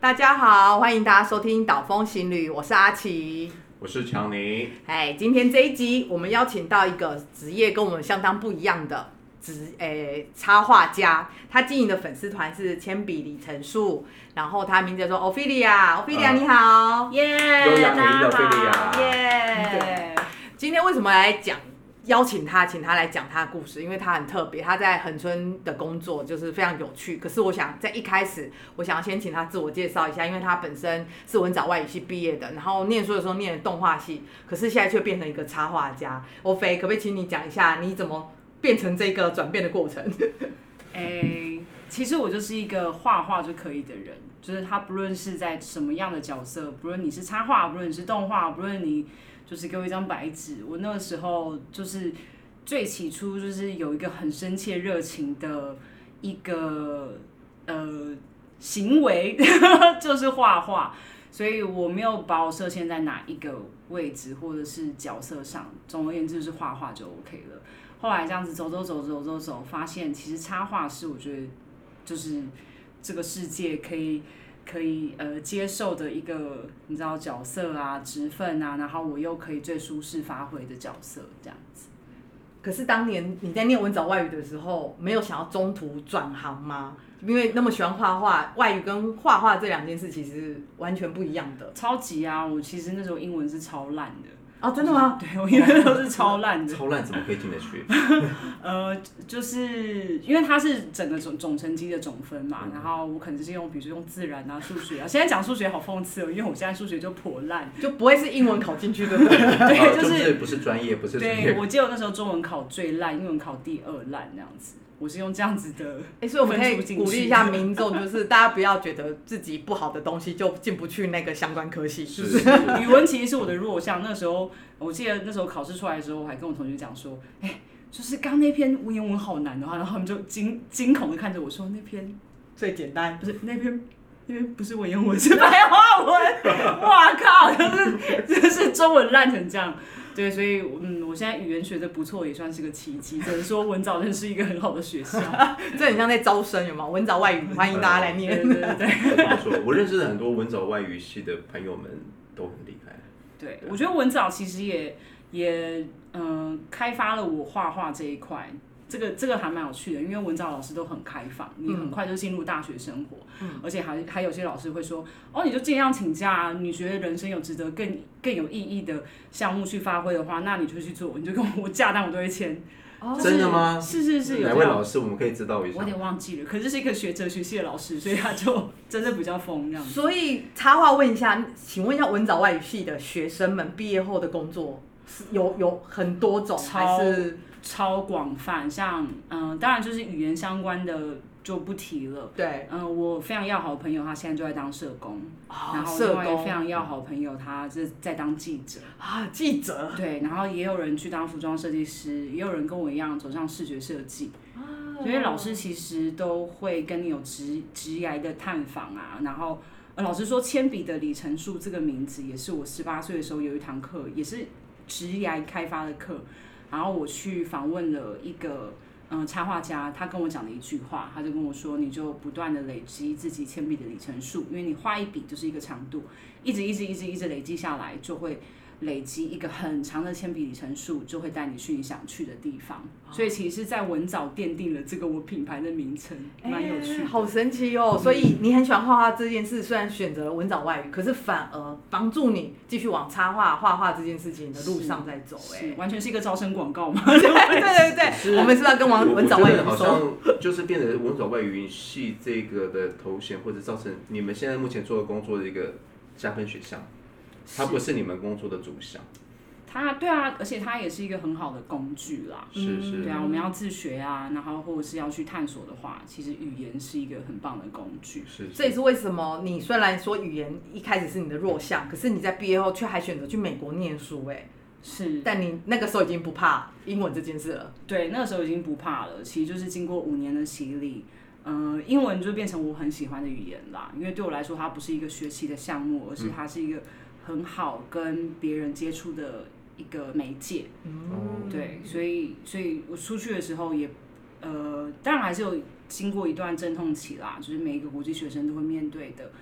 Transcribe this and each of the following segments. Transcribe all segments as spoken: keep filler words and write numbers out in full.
大家好，欢迎大家收听岛风行旅，我是阿奇， 我是强尼。 哎，今天这一集我们邀请到一个职业跟我们相当不一样的职诶插画家，他经营的粉丝团是铅笔里程数，然后他名字叫做 Ophelia，Ophelia、uh, 你好， 耶，优雅美丽的 Ophelia， 耶。今天为什么来讲？邀请他，请他来讲他的故事，因为他很特别，他在恒春的工作就是非常有趣。可是我想在一开始，我想要先请他自我介绍一下，因为他本身是文藻外语系毕业的，然后念书的时候念动画系，可是现在却变成一个插画家。欧菲，可不可以请你讲一下你怎么变成这个转变的过程？ 欸、其实我就是一个画画就可以的人，就是他不论是在什么样的角色，不论你是插画，不论你是动画，不论你就是给我一张白纸，我那个时候就是最起初就是有一个很深切热情的一个呃行为，就是画画，所以我没有把我设限在哪一个位置或者是角色上，总而言之就是画画就 OK 了。后来这样子走走走走走走，发现其实插画是我觉得就是这个世界可以。可以呃接受的一个你知道角色啊职分啊，然后我又可以最舒适发挥的角色这样子。 可是当年你在念文藻外语的时候，没有想要中途转行吗？因为那么喜欢画画，外语跟画画这两件事其实完全不一样的。 超级啊！我其实那时候英文是超烂的。 哦，真的吗？ 对，我英文都是超烂的。 超烂怎么可以进得去？ 呃，就是因为它是整个总总成绩的总分嘛，嗯、然后我可能就是用，比如说用自然啊、数学啊。现在讲数学好讽刺哦，因为我现在数学就颇烂， 就不会是英文考进去的，对不对？ 对，就是、 哦、就是不是专业，不是专业。 对，我记得我那时候中文考最烂，英文考第二烂这样子。我是用这样子的， 哎，所以我们可以鼓励一下民众，就是大家不要觉得自己不好的东西就进不去那个相关科系，是不是？ 语文其实是我的弱项。那时候我记得那时候考试出来的时候，我还跟我同学讲说，哎，就是刚那篇文言文好难的话，然后他们就惊惊恐的看着我说，那篇最简单， 不是那篇。因为不是文言文，是白话文。哇靠，就是就是中文烂成这样。对，所以嗯，我现在语言学的不错，也算是个奇迹。只能说文藻真是一个很好的学校。 这很像在招生，有吗？文藻外语，欢迎大家来念。 对对对。 没错，我认识的很多文藻外语系的朋友们都很厉害。 对，我觉得文藻其实也也嗯、呃、开发了我画画这一块。这个这个还蛮有趣的，因为文藻老师都很开放，你很快就进入大学生活，嗯、而且还还有些老师会说，哦，你就尽量请假啊，你觉得人生有值得更更有意义的项目去发挥的话，那你就去做，你就跟我我假单我都会签。 哦，真的吗？ 是是是，有哪位老师我们可以知道一下？ 我有点忘记了，可是是一个学哲学系的老师，所以他就真的比较疯这样子。 所以插话问一下，请问一下文藻外语系的学生们毕业后的工作有有很多种还是？ 超广泛，像嗯、呃，当然就是语言相关的就不提了。 对， 嗯、呃，我非常要好的朋友，他现在就在当社工， 哦、 然后另外非常要好的朋友，他是在当记者啊，记者。 对，然后也有人去当服装设计师，也有人跟我一样走上视觉设计。哦、所以老师其实都会跟你有职职涯的探访啊，然后、呃、老师说，铅笔的里程数这个名字也是我十八岁的时候有一堂课，也是职涯开发的课。然后我去访问了一个嗯插画家，他跟我讲了一句话，他就跟我说，你就不断的累积自己铅笔的里程数，因为你画一笔就是一个长度，一直一直一直一直累积下来，就会累积一个很长的铅笔里程数，就会带你去你想去的地方。哦、所以其实是在文藻奠定了这个我品牌的名称，蛮有趣的、欸， 好神奇哦！所以你很喜欢画画这件事，虽然选择了文藻外语，可是反而帮助你继续往插画、画画这件事情的路上在走、欸。哎， 完全是一个招生广告嘛？ 对对对对，我们是不是要跟文文藻外语说？ 好像就是变成文藻外语系这个的头衔，或者造成你们现在目前做的工作的一个加分选项。它不是你们工作的主项。 它对啊，而且它也是一个很好的工具啦。 是是。 对啊，我们要自学啊，然后或者是要去探索的话，其实语言是一个很棒的工具。 是是。 这也是为什么你虽然说语言一开始是你的弱项，可是你在毕业后却还选择去美国念书、欸，哎。 是。 但你那个时候已经不怕英文这件事了。 对，那个时候已经不怕了。其实就是经过五年的洗礼。呃，英文就变成我很喜欢的语言啦，因为对我来说，它不是一个学习的项目，而是它是一个很好跟别人接触的一个媒介。嗯，对，所以，所以我出去的时候也，呃，当然还是有经过一段阵痛期啦，就是每一个国际学生都会面对的。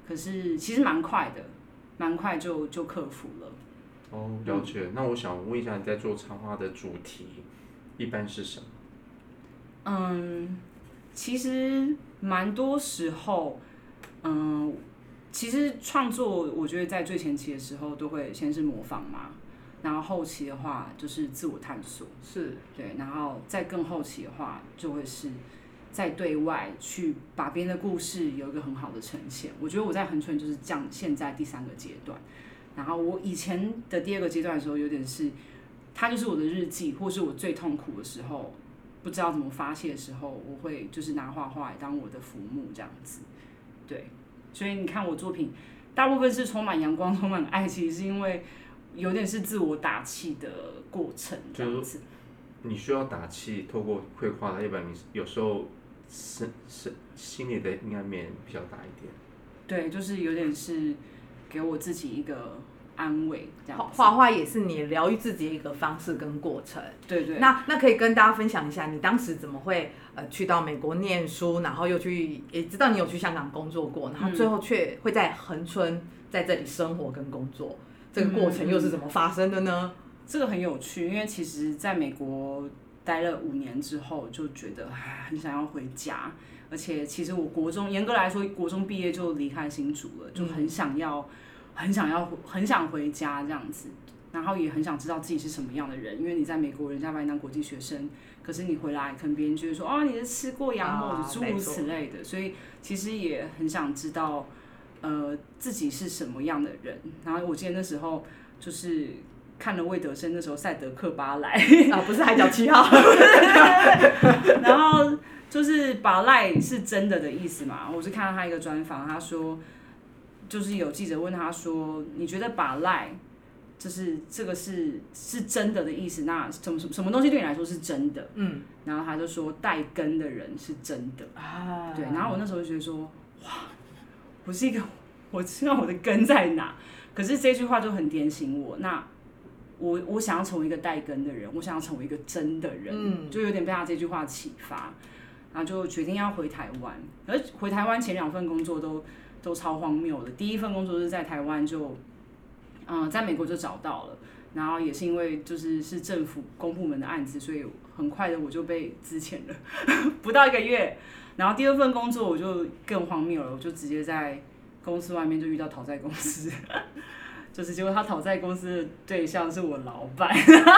可是其实蛮快的，蛮快就就克服了。 哦，了解。嗯、那我想问一下，你在做插画的主题一般是什么？ 嗯，其实蛮多时候，嗯，其实创作我觉得在最前期的时候都会先是模仿嘛，然后后期的话就是自我探索， 是对，然后再更后期的话就会是在对外去把别人的故事有一个很好的呈现。我觉得我在恒春就是这样，现在第三个阶段。然后我以前的第二个阶段的时候，有点是，它就是我的日记，或是我最痛苦的时候，不知道怎么发泄的时候，我会就是拿画画来当我的浮木这样子。对，所以你看我作品大部分是充满阳光、充满爱，其实是因为有点是自我打气的过程这样子。 你需要打气，透过绘画，要不然你有时候是是心里的阴暗面比较大一点。 对，就是有点是给我自己一个安慰，这样子。 画画也是你疗愈自己的一个方式跟过程。 对对。 那那可以跟大家分享一下，你当时怎么会呃去到美国念书，然后又去也知道你有去香港工作过，然后最后却会在恒春在这里生活跟工作，这个过程又是怎么发生的呢？ 嗯、这个很有趣，因为其实在美国待了五年之后，就觉得很想要回家。而且其实我国中严格来说，国中毕业就离开新竹了，就很想要、很想要、很想回家这样子。然后也很想知道自己是什么样的人，因为你在美国，人家把你当国际学生，可是你回来，可能别人就会说，哦，你是吃过洋墨的，诸如此类的。所以其实也很想知道，呃，自己是什么样的人。然后我记得那时候就是看了魏德胜那时候赛德克巴莱啊，不是海角七号， 然后。就是把赖是真的的意思嘛？我是看到他一个专访，他说，就是有记者问他说，你觉得把赖，就是这个是是真的的意思？那什么什么东西对你来说是真的？嗯，然后他就说带根的人是真的啊，对。然后我那时候就觉得说，哇，我是一个，我知道我的根在哪，可是这句话就很点醒我。那我我想要成为一个带根的人，我想要成为一个真的人，嗯，就有点被他这句话启发。然后就决定要回台湾，而回台湾前两份工作都都超荒谬的。第一份工作是在台湾就，嗯、呃，在美国就找到了，然后也是因为就是是政府公部门的案子，所以很快的我就被资遣了，不到一个月。然后第二份工作我就更荒谬了，我就直接在公司外面就遇到讨债公司，就是结果他讨债公司的对象是我老板。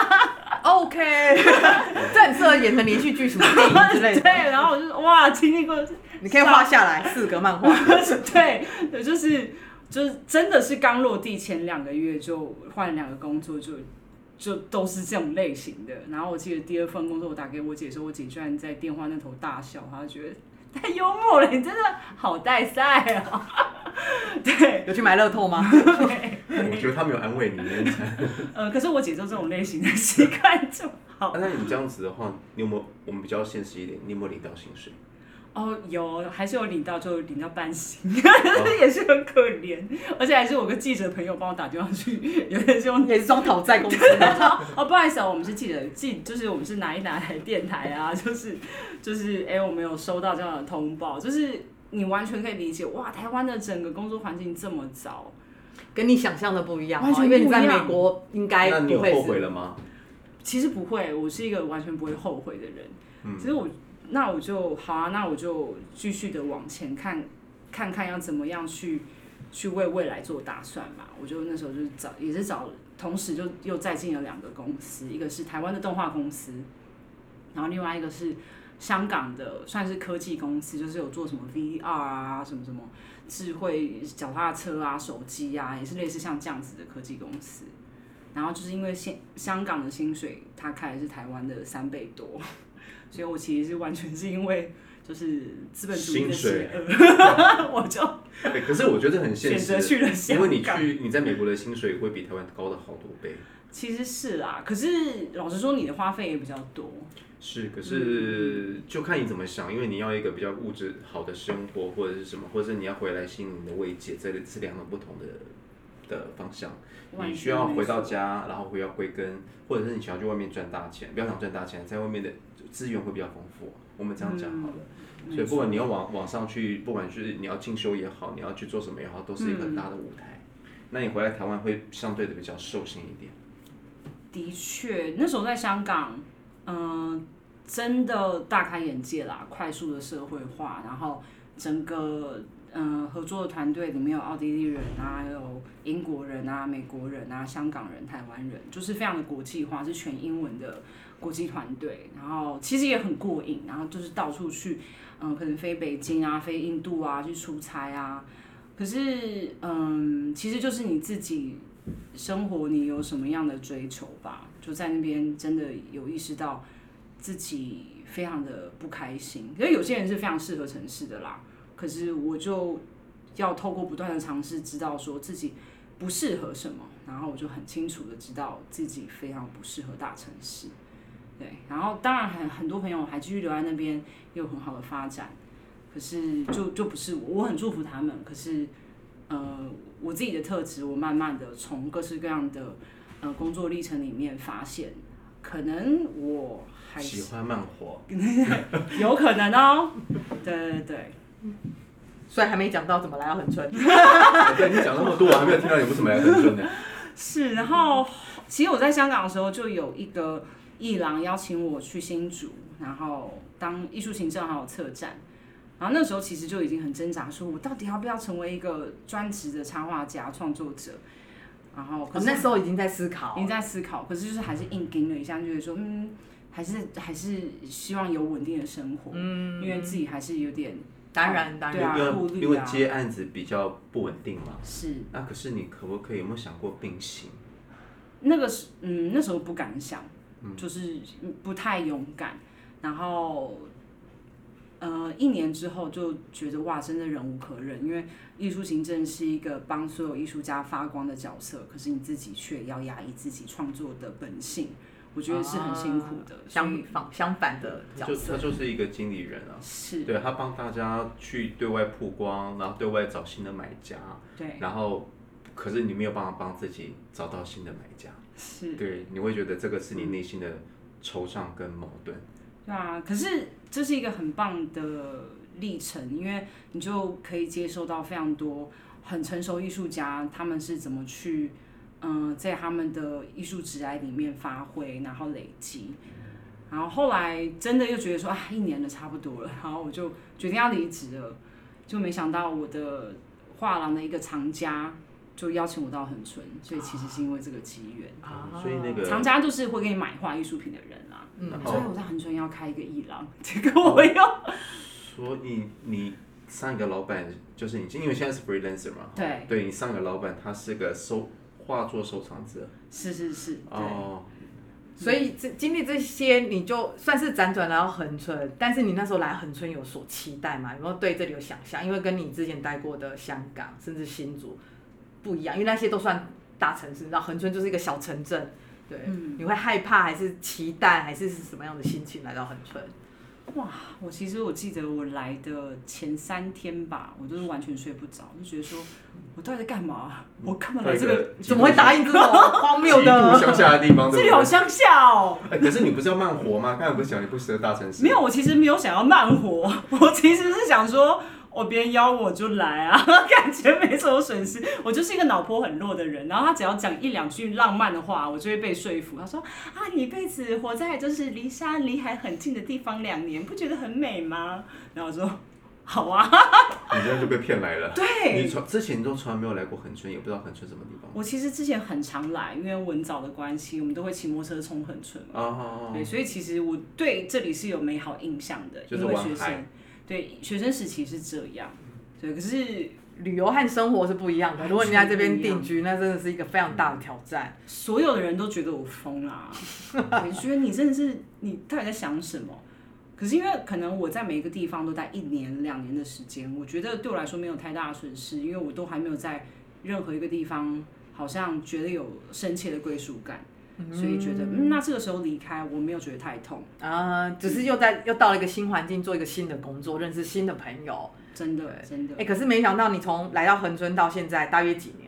OK， 这很适合演成连续剧什么电影之类的。 对，然后我就哇，经历过， 你可以画下来四格漫画。 对，就是就是真的是刚落地前两个月就换了两个工作，就就都是这种类型的。然后我记得第二份工作我打给我姐说，我姐居然在电话那头大笑，她觉得太幽默了，你真的好带赛啊！对， 有去买乐透吗？ 对， 我觉得他没有安慰你。 呃，可是我姐就这种类型的习惯就好。 啊、那你这样子的话，你有没有？我们比较现实一点，你有没有领到薪水？ 哦，有，还是有领到，就领到半薪，哦、也是很可怜，而且还是我个记者朋友帮我打电话去，有点是用也是装讨债公司。 哦，不好意思哦，我们是记者，记就是我们是哪一哪台电台啊，就是就是哎，我们有收到这样的通报，就是你完全可以理解，哇，台湾的整个工作环境这么糟， 跟你想象的不一样， 完全不一样。 因为你在美国应该不会是。 那你有后悔了吗？ 其实不会，我是一个完全不会后悔的人。嗯，其实我。那我就好啊，那我就继续的往前看，看看要怎么样去去为未来做打算嘛。我就那时候就找，也是找，同时就又再进了两个公司，一个是台湾的动画公司，然后另外一个是香港的，算是科技公司，就是有做什么 V R 啊，什么什么智慧脚踏车啊、手机啊，也是类似像这样子的科技公司。然后就是因为香港的薪水，它开的是台湾的三倍多。所以我其实是完全是因为就是资本主义的邪恶，我就对。可是我觉得很现实， 选择去了香港，因为你去你在美国的薪水会比台湾高的好多倍。 其实是啦，可是老实说，你的花费也比较多。 是，可是就看你怎么想，因为你要一个比较物质好的生活，或者是什么，或者是你要回来心灵的慰藉，这个是两种不同的的方向。你需要回到家，然后回要归根，或者是你想要去外面赚大钱，不要想赚大钱，在外面的资源会比较丰富。我们这样讲好了。嗯、所以不管你要往往上去，不管是你要进修也好，你要去做什么也好，都是一个很大的舞台。嗯、那你回来台湾会相对的比较受限一点。 的确，那时候在香港，嗯、呃，真的大开眼界啦，快速的社会化，然后整个。嗯，合作的团队里面有奥地利人啊，有英国人啊、美国人啊、香港人、台湾人，就是非常的国际化，是全英文的国际团队。然后其实也很过瘾，然后就是到处去，嗯，可能飞北京啊、飞印度啊去出差啊。可是，嗯，其实就是你自己生活你有什么样的追求吧，就在那边真的有意识到自己非常的不开心。因为有些人是非常适合城市的啦。可是我就要透过不断的尝试，知道说自己不适合什么，然后我就很清楚的知道自己非常不适合大城市，对。然后当然很很多朋友还继续留在那边，也有很好的发展。可是就就不是我，我很祝福他们。可是呃，我自己的特质，我慢慢的从各式各样的呃工作历程里面发现，可能我还是喜欢慢活， 有可能哦。对对对。 所以还没讲到怎么来到恒春。 对，你讲那么多，我还没有听到你为什么来恒春呢？ 是，然后其实我在香港的时候，就有一个艺廊邀请我去新竹，然后当艺术行政还有策展。然后那时候其实就已经很挣扎，说我到底要不要成为一个专职的插画家、创作者？然后可是、 哦、那时候已经在思考， 已经在思考，可是就是还是硬盯了一下，就觉得说，嗯，还是还是希望有稳定的生活，嗯，因为自己还是有点。 当然，当然， 对啊，顾虑啊， 因为接案子比较不稳定嘛。 是。 那可是你可不可以有没有想过并行？ 那个是，嗯，那时候不敢想，嗯、就是不太勇敢。然后，呃，一年之后就觉得哇，真的忍无可忍，因为艺术行政是一个帮所有艺术家发光的角色，可是你自己却要压抑自己创作的本性。我觉得是很辛苦的，啊、 相反相反的角色， 他就是一个经理人啊， 是， 对他帮大家去对外曝光，然后对外找新的买家， 对， 然后可是你没有办法帮自己找到新的买家， 是， 对，你会觉得这个是你内心的惆怅跟矛盾， 对啊，可是这是一个很棒的历程，因为你就可以接受到非常多很成熟艺术家他们是怎么去。嗯，在他们的艺术职涯里面发挥，然后累积，然后后来真的又觉得说啊，一年了差不多了，然后我就决定要离职了，就没想到我的画廊的一个藏家就邀请我到恒春，所以其实是因为这个机缘。 啊，所以那个藏家就是会给你买画艺术品的人啦，嗯，所以我在恒春要开一个艺廊，这个我要。 所以你上一个老板就是你，因为现在是 freelancer 嘛， 对， 对你上一个老板他是个收。画作收藏者， 是是是， 哦， 所以这经历这些，你就算是辗转来到恒春，但是你那时候来恒春有所期待吗？有没有对这里有想象？因为跟你之前待过的香港甚至新竹不一样，因为那些都算大城市，你知道恒春就是一个小城镇，对，嗯、你会害怕还是期待还是什么样的心情来到恒春？ 哇，我其实我记得我来的前三天吧，我都是完全睡不着，就觉得说我到底在干嘛？我干嘛来这个？ 怎么会答应这种荒谬的？ 乡下的地方， 这里好乡下哦。 哎，可是你不是要慢活吗？刚才不是讲你不适合大城市？ 没有，我其实没有想要慢活，我其实是想说。我别人邀我就来啊，感觉没什么损失。我就是一个脑波很弱的人，然后他只要讲一两句浪漫的话，我就会被说服。他说啊，你一辈子活在就是离山离海很近的地方两年，不觉得很美吗？然后我说好啊。 你这样就被骗来了。 对。 你从之前都从来没有来过恒春，也不知道恒春什么地方。 我其实之前很常来，因为文藻的关系，我们都会骑摩托车冲恒春嘛。哦。对，所以其实我对这里是有美好印象的， 就是因为学生。对，学生时期是这样，对，可是旅游和生活是不一样的。如果你在这边定居，那真的是一个非常大的挑战。 所有的人都觉得我疯啦，我觉得你真的是，你到底在想什么？可是因为可能我在每一个地方都待一年、两年的时间，我觉得对我来说没有太大的损失，因为我都还没有在任何一个地方好像觉得有深切的归属感。所以觉得，嗯，那这个时候离开，我没有觉得太痛啊，只是又在又到了一个新环境，做一个新的工作，认识新的朋友， 真的真的。 哎、欸，可是没想到你从来到恒春到现在大约几年了？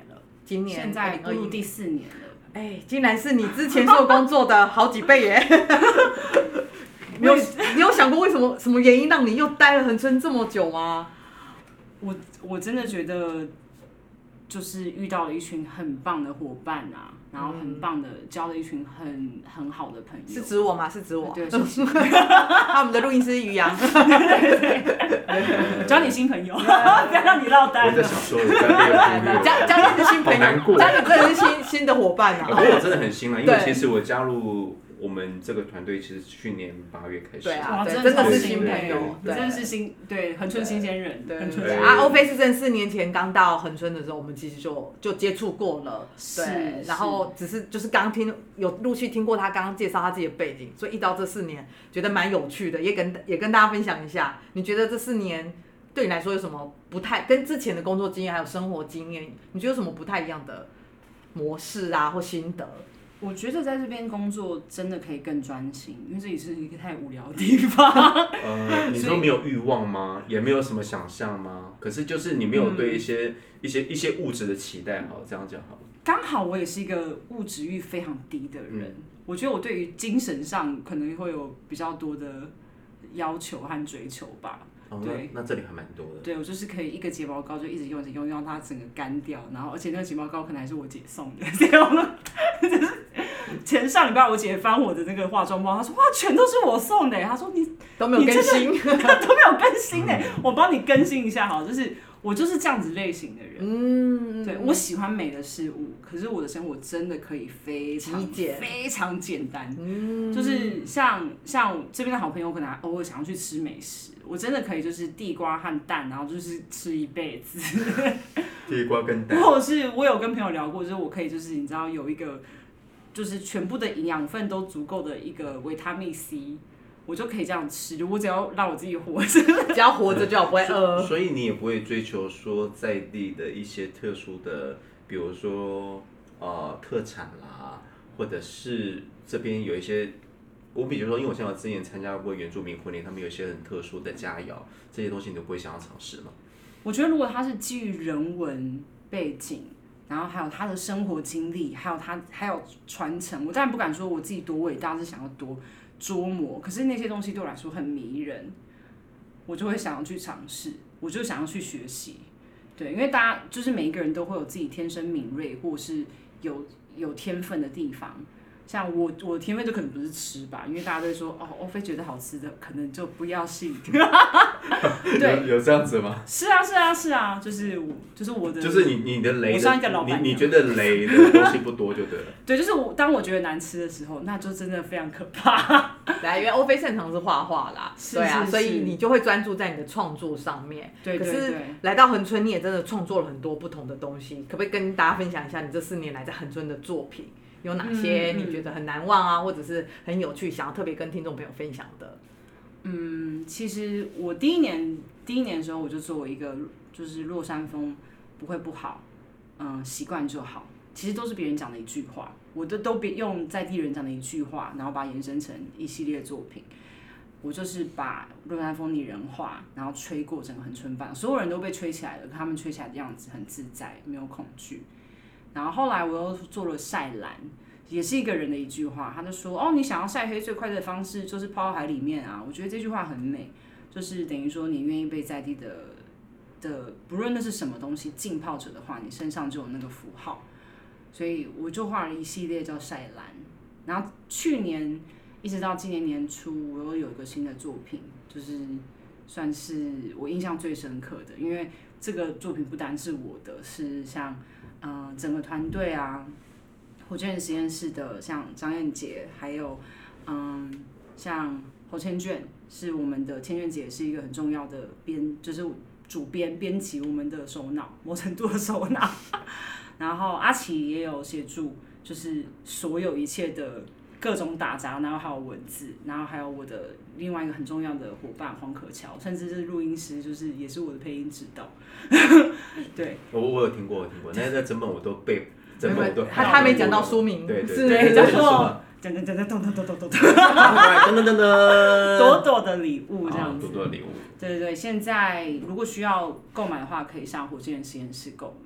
今年现在步入第四年了。 哎，竟然是你之前做工作的好几倍耶！你有你有想过为什么什么原因让你又待了恒春这么久吗？ 我我真的觉得，就是遇到了一群很棒的伙伴啊，然后很棒的、嗯、交了一群很很好的朋友。 是指我吗？是指我。 对，是指他我们的录音师于洋。对对对，交你新朋友，不要让你落单了。 我在想说，我在交交你是新朋友，交你真的是新新的伙伴啊。 不过我真的很新了，因为其实我加入我们这个团队，其实去年八月开始。 对啊， 对真的是新朋友， 真的是新对恒春新鲜人。 对对啊，欧菲是真的四年前刚到恒春的时候，我们其实就就接触过了。对，然后只是就是刚听有陆续听过他刚刚介绍他自己的背景，所以一到这四年觉得蛮有趣的，也跟也跟大家分享一下。你觉得这四年对你来说有什么不太跟之前的工作经验还有生活经验，你觉得有什么不太一样的模式啊或心得？ 我觉得在这边工作真的可以更专心，因为这里是一个太无聊的地方。 呃，你说没有欲望吗？也没有什么想象吗？可是就是你没有对一些、嗯、一些一些物质的期待，好，这样讲好了。 刚好我也是一个物质欲非常低的人，嗯、我觉得我对于精神上可能会有比较多的要求和追求吧。 哦、对，那这里还蛮多的。 对，我就是可以一个睫毛膏就一直用，一直用，用到它整个干掉，然后而且那个睫毛膏可能还是我姐送的，这样就是前上礼拜我姐翻我的那个化妆包，她说哇，全都是我送的，她说你都没有更新， 都没有更新的，我帮你更新一下好，就是我就是这样子类型的人。嗯，对，我喜欢美的事物，可是我的生活真的可以非常非常简单。嗯，就是像像这边的好朋友可能偶尔想要去吃美食，我真的可以就是地瓜和蛋，然后就是吃一辈子。 地瓜跟蛋。 或者是我有跟朋友聊过，就是我可以就是你知道有一个就是全部的营养分都足够的一个维他命 C。我就可以这样吃，我只要让我自己活着， 只要活着就好，不会饿。 所以你也不会追求说在地的一些特殊的，比如说呃特产啦，或者是这边有一些，我比如说，因为我像我之前参加过原住民婚礼，他们有一些很特殊的佳肴，这些东西你都不会想要尝试吗？ 我觉得如果它是基于人文背景，然后还有他的生活经历，还有他还有传承，我当然不敢说我自己多伟大，是想要多琢磨，可是那些东西对我来说很迷人，我就会想要去尝试，我就想要去学习。对，因为大家就是每一个人都会有自己天生敏锐或是有有天分的地方。像我，我的天分就可能不是吃吧，因为大家都会说哦，欧菲觉得好吃的可能就不要信。 对有，有这样子吗？ 是啊，是啊，是啊，就是我，就是我的， 就是你你的雷的， 我像一个老板你你觉得雷的东西不多就对了。 对，就是我当我觉得难吃的时候，那就真的非常可怕。 来，因为欧菲擅长是画画啦， 是对啊， 是是， 所以你就会专注在你的创作上面。 对对对。 可是来到恒春，你也真的创作了很多不同的东西，可不可以跟大家分享一下你这四年来在恒春的作品？有哪些你觉得很难忘啊，嗯、或者是很有趣，想要特别跟听众朋友分享的？ 嗯，其实我第一年第一年的时候，我就作为一个就是落山风不会不好，嗯，习惯就好。其实都是别人讲的一句话，我都都别用在地人讲的一句话，然后把它延伸成一系列作品。我就是把落山风拟人化，然后吹过整个恒春半，所有人都被吹起来了，可他们吹起来的样子很自在，没有恐惧。然后后来我又做了晒蓝，也是一个人的一句话，他就说：“哦，你想要晒黑最快的方式就是泡到海里面啊！”我觉得这句话很美，就是等于说你愿意被在地的的，不论那是什么东西浸泡着的话，你身上就有那个符号。所以我就画了一系列叫晒蓝。然后去年一直到今年年初，我又有一个新的作品，就是算是我印象最深刻的，因为这个作品不单是我的，是像。嗯、呃，整个团队啊，火箭人实验室的像张燕杰，还有嗯，像侯千卷是我们的千卷姐，是一个很重要的编，就是主编编辑我们的首脑，某程度的首脑。然后阿奇也有协助，就是所有一切的各种打杂，然后还有文字，然后还有我的另外一个很重要的伙伴黄可乔，甚至是录音师，就是也是我的配音指导。对， 我我有听过，我听过，那那整本我都背，整本我都他他没讲到书名， 对对对，叫做噔噔噔噔噔噔噔噔噔噔噔噔， 朵朵的礼物这样子， 朵朵的礼物。 对对对，现在如果需要购买的话，可以上火箭人实验室购买。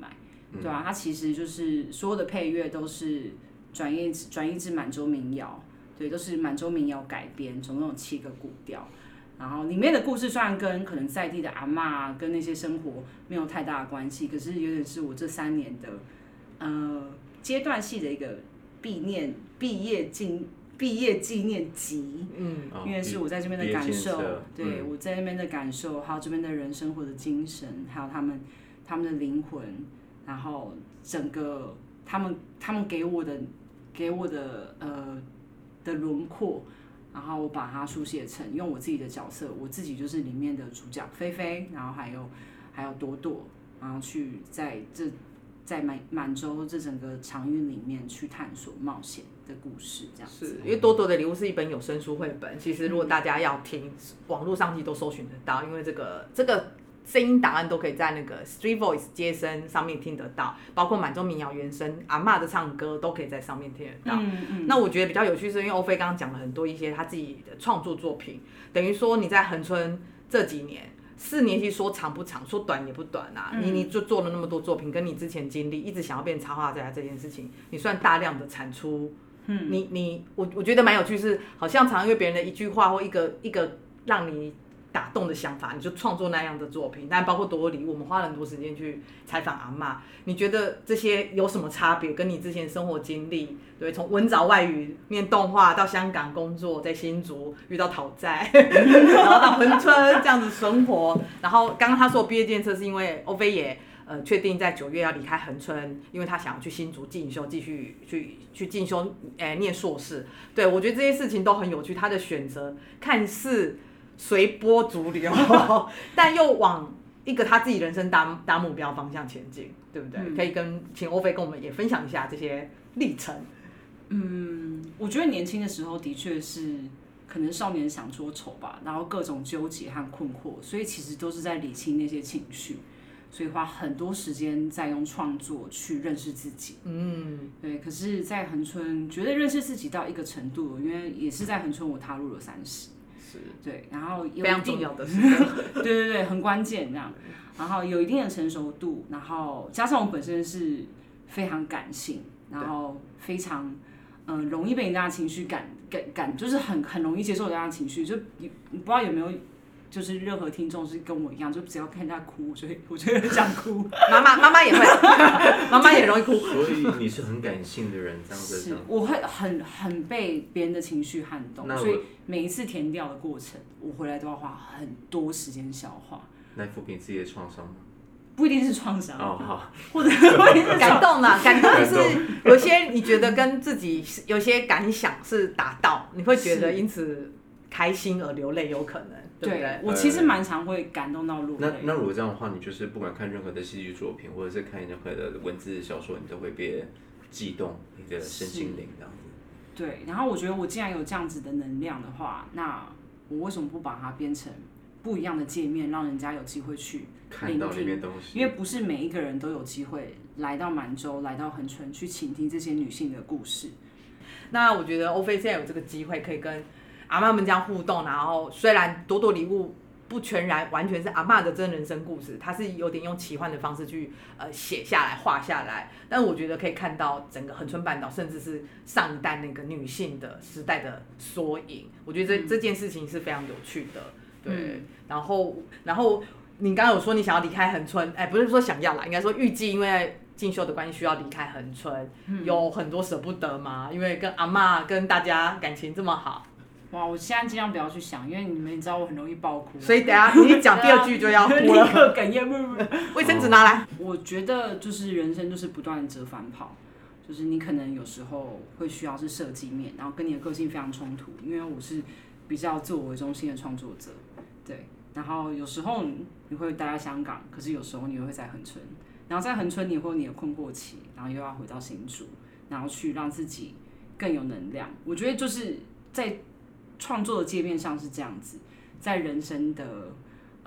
对啊，它其实就是所有的配乐都是转译转译自满洲民谣，对，都是满洲民谣改编，总共有七个古调。然后里面的故事虽然跟可能在地的阿嬷跟那些生活没有太大的关系，可是有点是我这三年的呃阶段性的一个毕念毕业纪毕业纪念集，嗯，因为是我在这边的感受，对、嗯、我在那边的感受，还有这边的人生活的精神，还有他们他们的灵魂，然后整个他们他们给我的给我的呃的轮廓。然后我把它书写成用我自己的角色，我自己就是里面的主角菲菲，然后还有还有朵朵，然后去在这在满满洲这整个场域里面去探索冒险的故事，这样子。 是因为朵朵的礼物是一本有声书绘本，其实如果大家要听，嗯、网络上其实都搜寻得到，因为这个这个。声音档案都可以在那个 Street Voice 街声上面听得到，包括满洲民谣原声、阿嬷的唱歌都可以在上面听得到。嗯嗯、那我觉得比较有趣是因为欧菲刚刚讲了很多一些他自己的创作作品，等于说你在恒春这几年四年，其实说长不长，说短也不短啊。嗯、你你就做了那么多作品，跟你之前经历一直想要变插画家这件事情，你算大量的产出。嗯、你你我我觉得蛮有趣是，好像常因为别人的一句话或一个一个让你。打动的想法，你就创作那样的作品。但包括朵朵礼物，我们花了很多时间去采访阿嬷。你觉得这些有什么差别？跟你之前生活经历，对，从文藻外语念动画到香港工作，在新竹遇到讨债，然后到恒春这样子生活。然后刚刚他说毕业纪念册是因为欧菲也呃确定在九月要离开恒春，因为他想要去新竹进修，继续去去进修，诶、呃、念硕士。对，我觉得这些事情都很有趣。他的选择看似。随波逐流，但又往一个他自己人生 大, 大目标方向前进，对不对？嗯、可以跟请欧菲跟我们也分享一下这些历程。 嗯，我觉得年轻的时候的确是可能少年想捉丑吧，然后各种纠结和困惑，所以其实都是在理清那些情绪，所以花很多时间在用创作去认识自己。嗯，对。可是，在恒春，觉得认识自己到一个程度，因为也是在恒春，我踏入了三十。对，然后有非常重要的时刻， 对对对，很关键这样。然后有一定的成熟度，然后加上我本身是非常感性，然后非常嗯、呃、容易被人家的情绪感感感，就是很很容易接受人家的情绪。就你你不知道有没有，就是任何听众是跟我一样，就只要看人家哭，所以我就很想哭。 妈妈妈妈也会，妈妈也容易哭。 所以你是很感性的人，这样子。 是，我会很很被别人的情绪撼动，所以每一次填掉的过程，我回来都要花很多时间消化。 来抚平自己的创伤吗？ 不一定是创伤哦，好， 或者是感动啊，感动是有些你觉得跟自己有些感想是达到，你会觉得因此开心而流泪，有可能。对不对？ 对，我其实蛮常会感动到落泪。 那那如果这样的话，你就是不管看任何的戏剧作品，或者是看任何的文字小说，你都会被悸动你的身心灵这样子。 对，然后我觉得我既然有这样子的能量的话，那我为什么不把它变成不一样的界面，让人家有机会去看到里面东西？ 因为不是每一个人都有机会来到满洲、来到恒春去倾听这些女性的故事。 那我觉得欧菲现在有这个机会可以跟阿嬷们这样互动，然后虽然朵朵礼物不全然完全是阿嬷的真人生故事，它是有点用奇幻的方式去呃写下来、画下来，但我觉得可以看到整个恒春半岛，甚至是上一代那个女性的时代的缩影。我觉得这、嗯、这件事情是非常有趣的，对。嗯、然后，然后你刚刚有说你想要离开恒春，哎，不是说想要啦，应该说预计因为进修的关系需要离开恒春，嗯、有很多舍不得嘛，因为跟阿嬷跟大家感情这么好。 哇！我现在尽量不要去想，因为你们知道我很容易爆哭， 所以等一下你讲第二句就要哭了，立刻哽咽， 卫生纸拿来。 我觉得就是人生就是不断的折返跑，就是你可能有时候会需要是设计面，然后跟你的个性非常冲突，因为我是比较自我为中心的创作者，对。然后有时候你会待在香港，可是有时候你会在恒春，然后在恒春你会有你的困惑期，然后又要回到新竹，然后去让自己更有能量。我觉得就是在创作的界面上是这样子，在人生的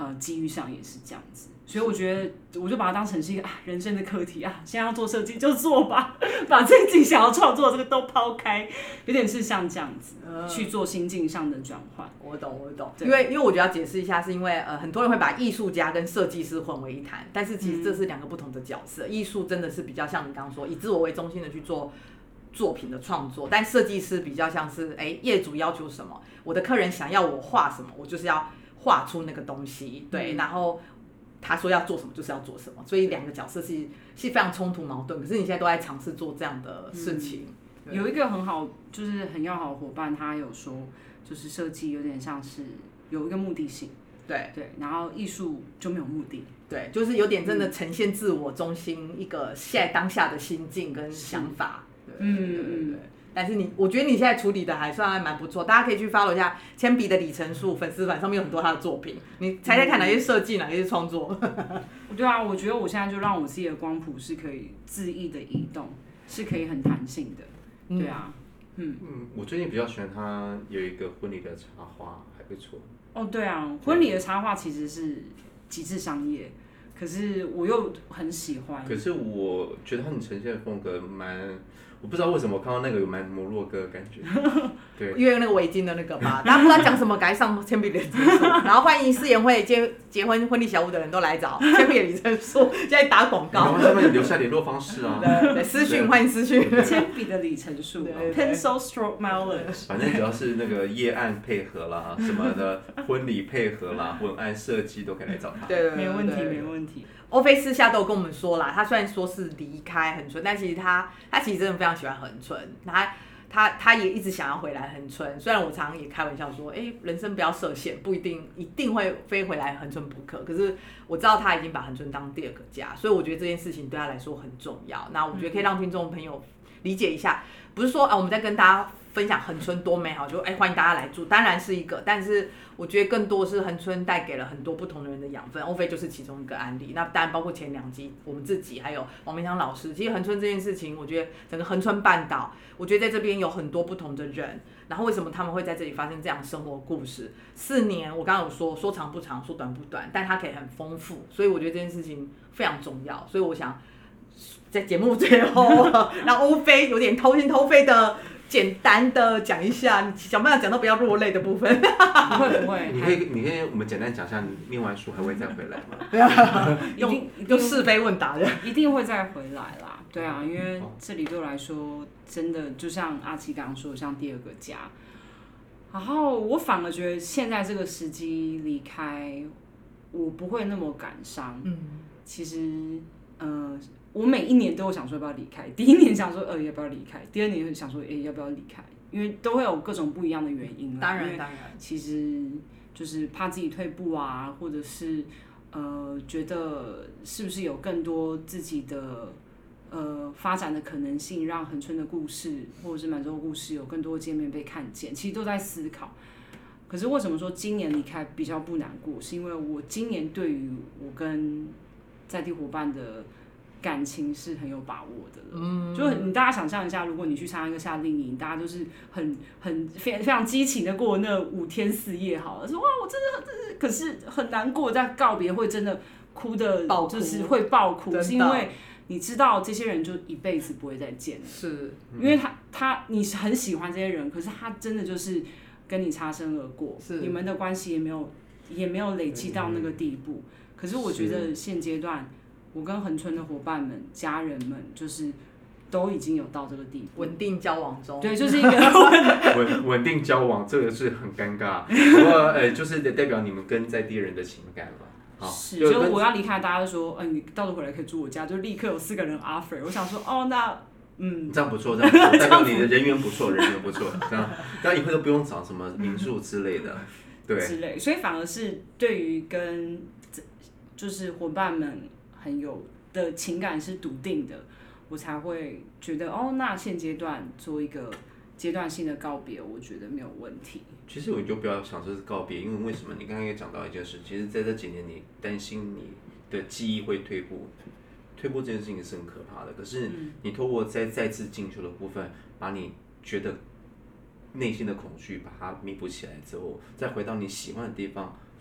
呃机遇上也是这样子。所以我觉得，我就把它当成是一个啊人生的课题啊，现在要做设计就做吧，把自己想要创作的这个都抛开，有点是像这样子、呃、去做心境上的转换。 我懂，我懂，因为因为我觉得要解释一下，是因为呃很多人会把艺术家跟设计师混为一谈，但是其实这是两个不同的角色。艺术真的是比较像你刚刚说，以自我为中心的去做作品的创作，但设计师比较像是哎业主要求什么，我的客人想要我画什么，我就是要画出那个东西，对，嗯、然后。他说要做什么就是要做什么，所以两个角色是是非常冲突矛盾。可是你现在都在尝试做这样的事情。 嗯、有一个很好，就是很要好的伙伴，他有说，就是设计有点像是有一个目的性， 对对，然后艺术就没有目的， 对，就是有点真的呈现自我中心一个现在当下的心境跟想法。嗯对对对对。但是你，我觉得你现在处理的还算还蛮不错，大家可以去 follow 一下铅笔的里程数粉丝团，上面有很多他的作品，你猜猜看哪些设计，哪些是创作？ 对啊，我觉得我现在就让我自己的光谱是可以恣意的移动，是可以很弹性的，对啊，嗯嗯，我最近比较喜欢他有一个婚礼的插画，还不错。 哦，对啊，婚礼的插画其实是极致商业，可是我又很喜欢。 可是我觉得他们呈现的风格蛮。我不知道为什么我看到那个有蛮摩洛哥的感觉，对， 因为那个围巾的那个吧，大家不知道讲什么，赶快上铅笔里程数，然后欢迎誓言会结结婚婚礼小屋的人都来找铅笔里程数，现在打广告， 然后下面留下联络方式啊， 对对，私讯欢迎私讯， 铅笔的里程数 ，pencil stroke mileage， 反正只要是那个夜案配合啦，什么的婚礼配合啦，文案设计都可以来找他， 对对对，没问题没问题。 欧菲私下都有跟我们说啦，他虽然说是离开恒春，但其实他他其实真的非常喜欢恒春，他他他也一直想要回来恒春。虽然我常常也开玩笑说，哎、欸，人生不要设限，不一定一定会飞回来恒春不可。可是我知道他已经把恒春当第二个家，所以我觉得这件事情对他来说很重要。那我觉得可以让听众朋友理解一下，不是说啊我们在跟大家分享恒春多美好，就哎、欸、欢迎大家来住，当然是一个，但是我觉得更多是恒春带给了很多不同的人的养分，欧菲就是其中一个案例。那当然包括前两集我们自己还有王明香老师，其实恒春这件事情，我觉得整个恒春半岛，我觉得在这边有很多不同的人，然后为什么他们会在这里发生这样的生活故事？四年我刚刚有说说长不长，说短不短，但它可以很丰富，所以我觉得这件事情非常重要。所以我想在节目最后让欧菲有点掏心掏肺的。简单的讲一下，你想办法讲到不要落泪的部分。 不会不会， 你可以你可以我们简单讲一下，你念完书还会再回来吗？ 对啊，用用是非问答的， 一定会再回来啦。对啊，因为这里对我来说，真的就像阿七刚刚说的，像第二个家。然后我反而觉得现在这个时机离开，我不会那么感伤。嗯，其实，呃。我每一年都有想说要不要离开，第一年想说呃要不要离开，第二年想说哎、欸、要不要离开，因为都会有各种不一样的原因啦。 当然当然， 其实就是怕自己退步啊，或者是呃觉得是不是有更多自己的呃发展的可能性，让恒春的故事或者是满洲的故事有更多的界面被看见，其实都在思考。可是为什么说今年离开比较不难过？是因为我今年对于我跟在地伙伴的感情是很有把握的了，嗯，就你大家想象一下，如果你去参加一个夏令营，大家就是很很非非常激情的过那五天四夜，好了，说哇我真的很，可是很难过，在告别会真的哭的，就是会爆哭，是因为你知道这些人就一辈子不会再见了， 是， 因为他他你很喜欢这些人，可是他真的就是跟你擦身而过，是你们的关系也没有也没有累积到那个地步，嗯、可是我觉得现阶段。我跟恒春的伙伴们、家人们，就是都已经有到这个地步， 稳定交往中。 对，就是一个稳稳定交往，这个是很尴尬。不过，呃，就是代表你们跟在地人的情感了。好， 是，就我要离开，大家就说，嗯、呃，你到时候回来可以住我家，就立刻有四个人 offer。我想说，哦，那嗯， 这样不错，这样不错，代表你的人缘不错，人缘不错。这样，这样以后都不用找什么民宿之类的，对， 之类。所以反而是对于跟就是伙伴们。很有的情感是笃定的，我才会觉得哦，那现阶段做一个阶段性的告别，我觉得没有问题。 其实我就不要想这是告别，因为为什么？你刚刚也讲到一件事，其实在这几年你担心你的记忆会退步，退步这件事情是很可怕的。可是你透过再再次进修的部分，把你觉得内心的恐惧把它弥补起来之后，再回到你喜欢的地方去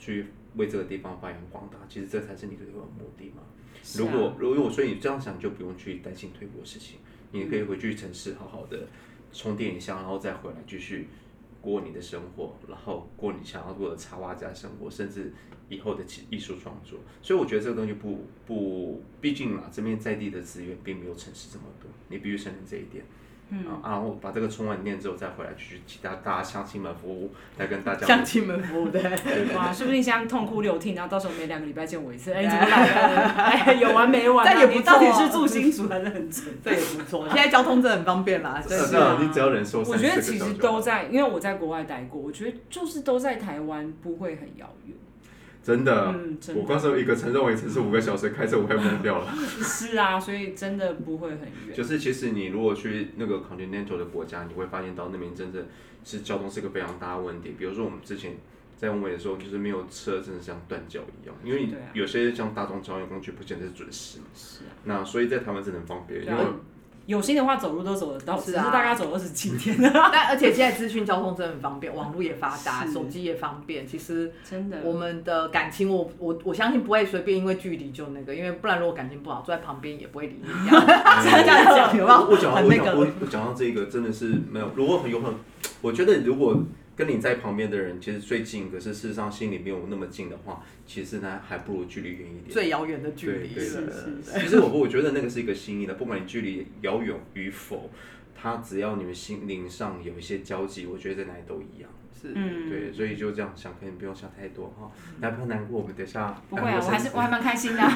为这个地方发扬光大，其实这才是你的目的嘛。 啊、 如果如果所以你这样想，就不用去担心退步的事情，你可以回去城市好好的充电一下，然后再回来继续过你的生活，然后过你想要过的插画家生活，甚至以后的艺术创作。所以我觉得这个东西不不，毕竟嘛，这边在地的资源并没有城市这么多，你必须承认这一点。嗯啊，然后把这个充完电之后再回来，继续其他大家乡亲们服务，来跟大家乡亲们服务的。 哇，说不定像痛哭流涕，然后到时候每两个礼拜见我一次，哎，你怎么来了？哎，有完没完、啊？ 这也不错、 你到底是住新竹还是很城？ 这也不错。现在交通真的很方便啦。 是啊，你只要忍受。 我觉得其实都在，因为我在国外待过，我觉得就是都在台湾，不会很遥远。 真的， 嗯、真的我刚才一个城认为城市五个小时开车我快懵掉了。 是啊，所以真的不会很远。 就是其实你如果去那个 continental 的国家，你会发现到那边真正是交通是个非常大的问题。比如说我们之前在欧美的时候，就是没有车真的像断脚一样，因为有些像大众交通工具不见得是准时嘛。 是啊。 那所以在台湾真的很方便，因为。 有心的话走路都走得到，只是大概走二十几天。 但而且现在资讯交通真的很方便，网络也发达，手机也方便。其实真的， 我们的感情我，我我我相信不会随便因为距离就那个，因为不然如果感情不好，坐在旁边也不会理你这样。这样讲有没有？ 我讲很那个。 我我讲到这个真的是没有，如果很有很，我觉得如果。跟你在旁边的人其实最近，可是事实上心里没有那么近的话，其实呢还不如距离远一点。 最遥远的距离。 对对对。其实我我觉得那个是一个心意的，不管你距离遥远与否，它只要你们心灵上有一些交集，我觉得在哪里都一样。 是。 嗯。 对，所以就这样想，可能不用想太多哈。那不要难过，我们等一下。 不会啊，我还是我还蛮开心的。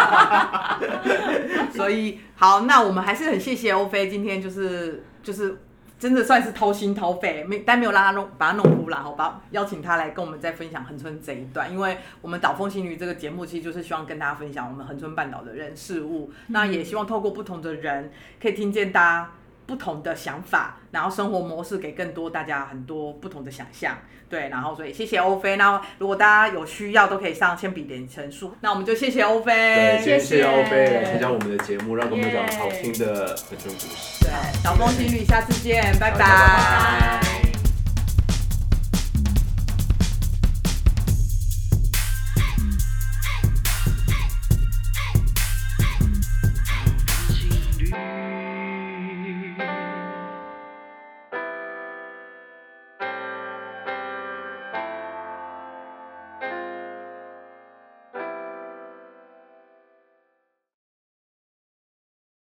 所以好，那我们还是很谢谢欧菲今天就是就是。真的算是掏心掏肺，没但没有让他弄把他弄哭啦，好吧？邀请他来跟我们再分享恒春这一段，因为我们岛风情侣这个节目其实就是希望跟大家分享我们恒春半岛的人事物，嗯、那也希望透过不同的人可以听见大家不同的想法，然后生活模式给更多大家很多不同的想象，对，然后所以谢谢欧菲，那如果大家有需要都可以上铅笔点陈述，那我们就谢谢欧菲， 对，谢谢欧菲来参加我们的节目，让我们讲好听的恒春故事。 对，岛风情侣，下次见，拜拜。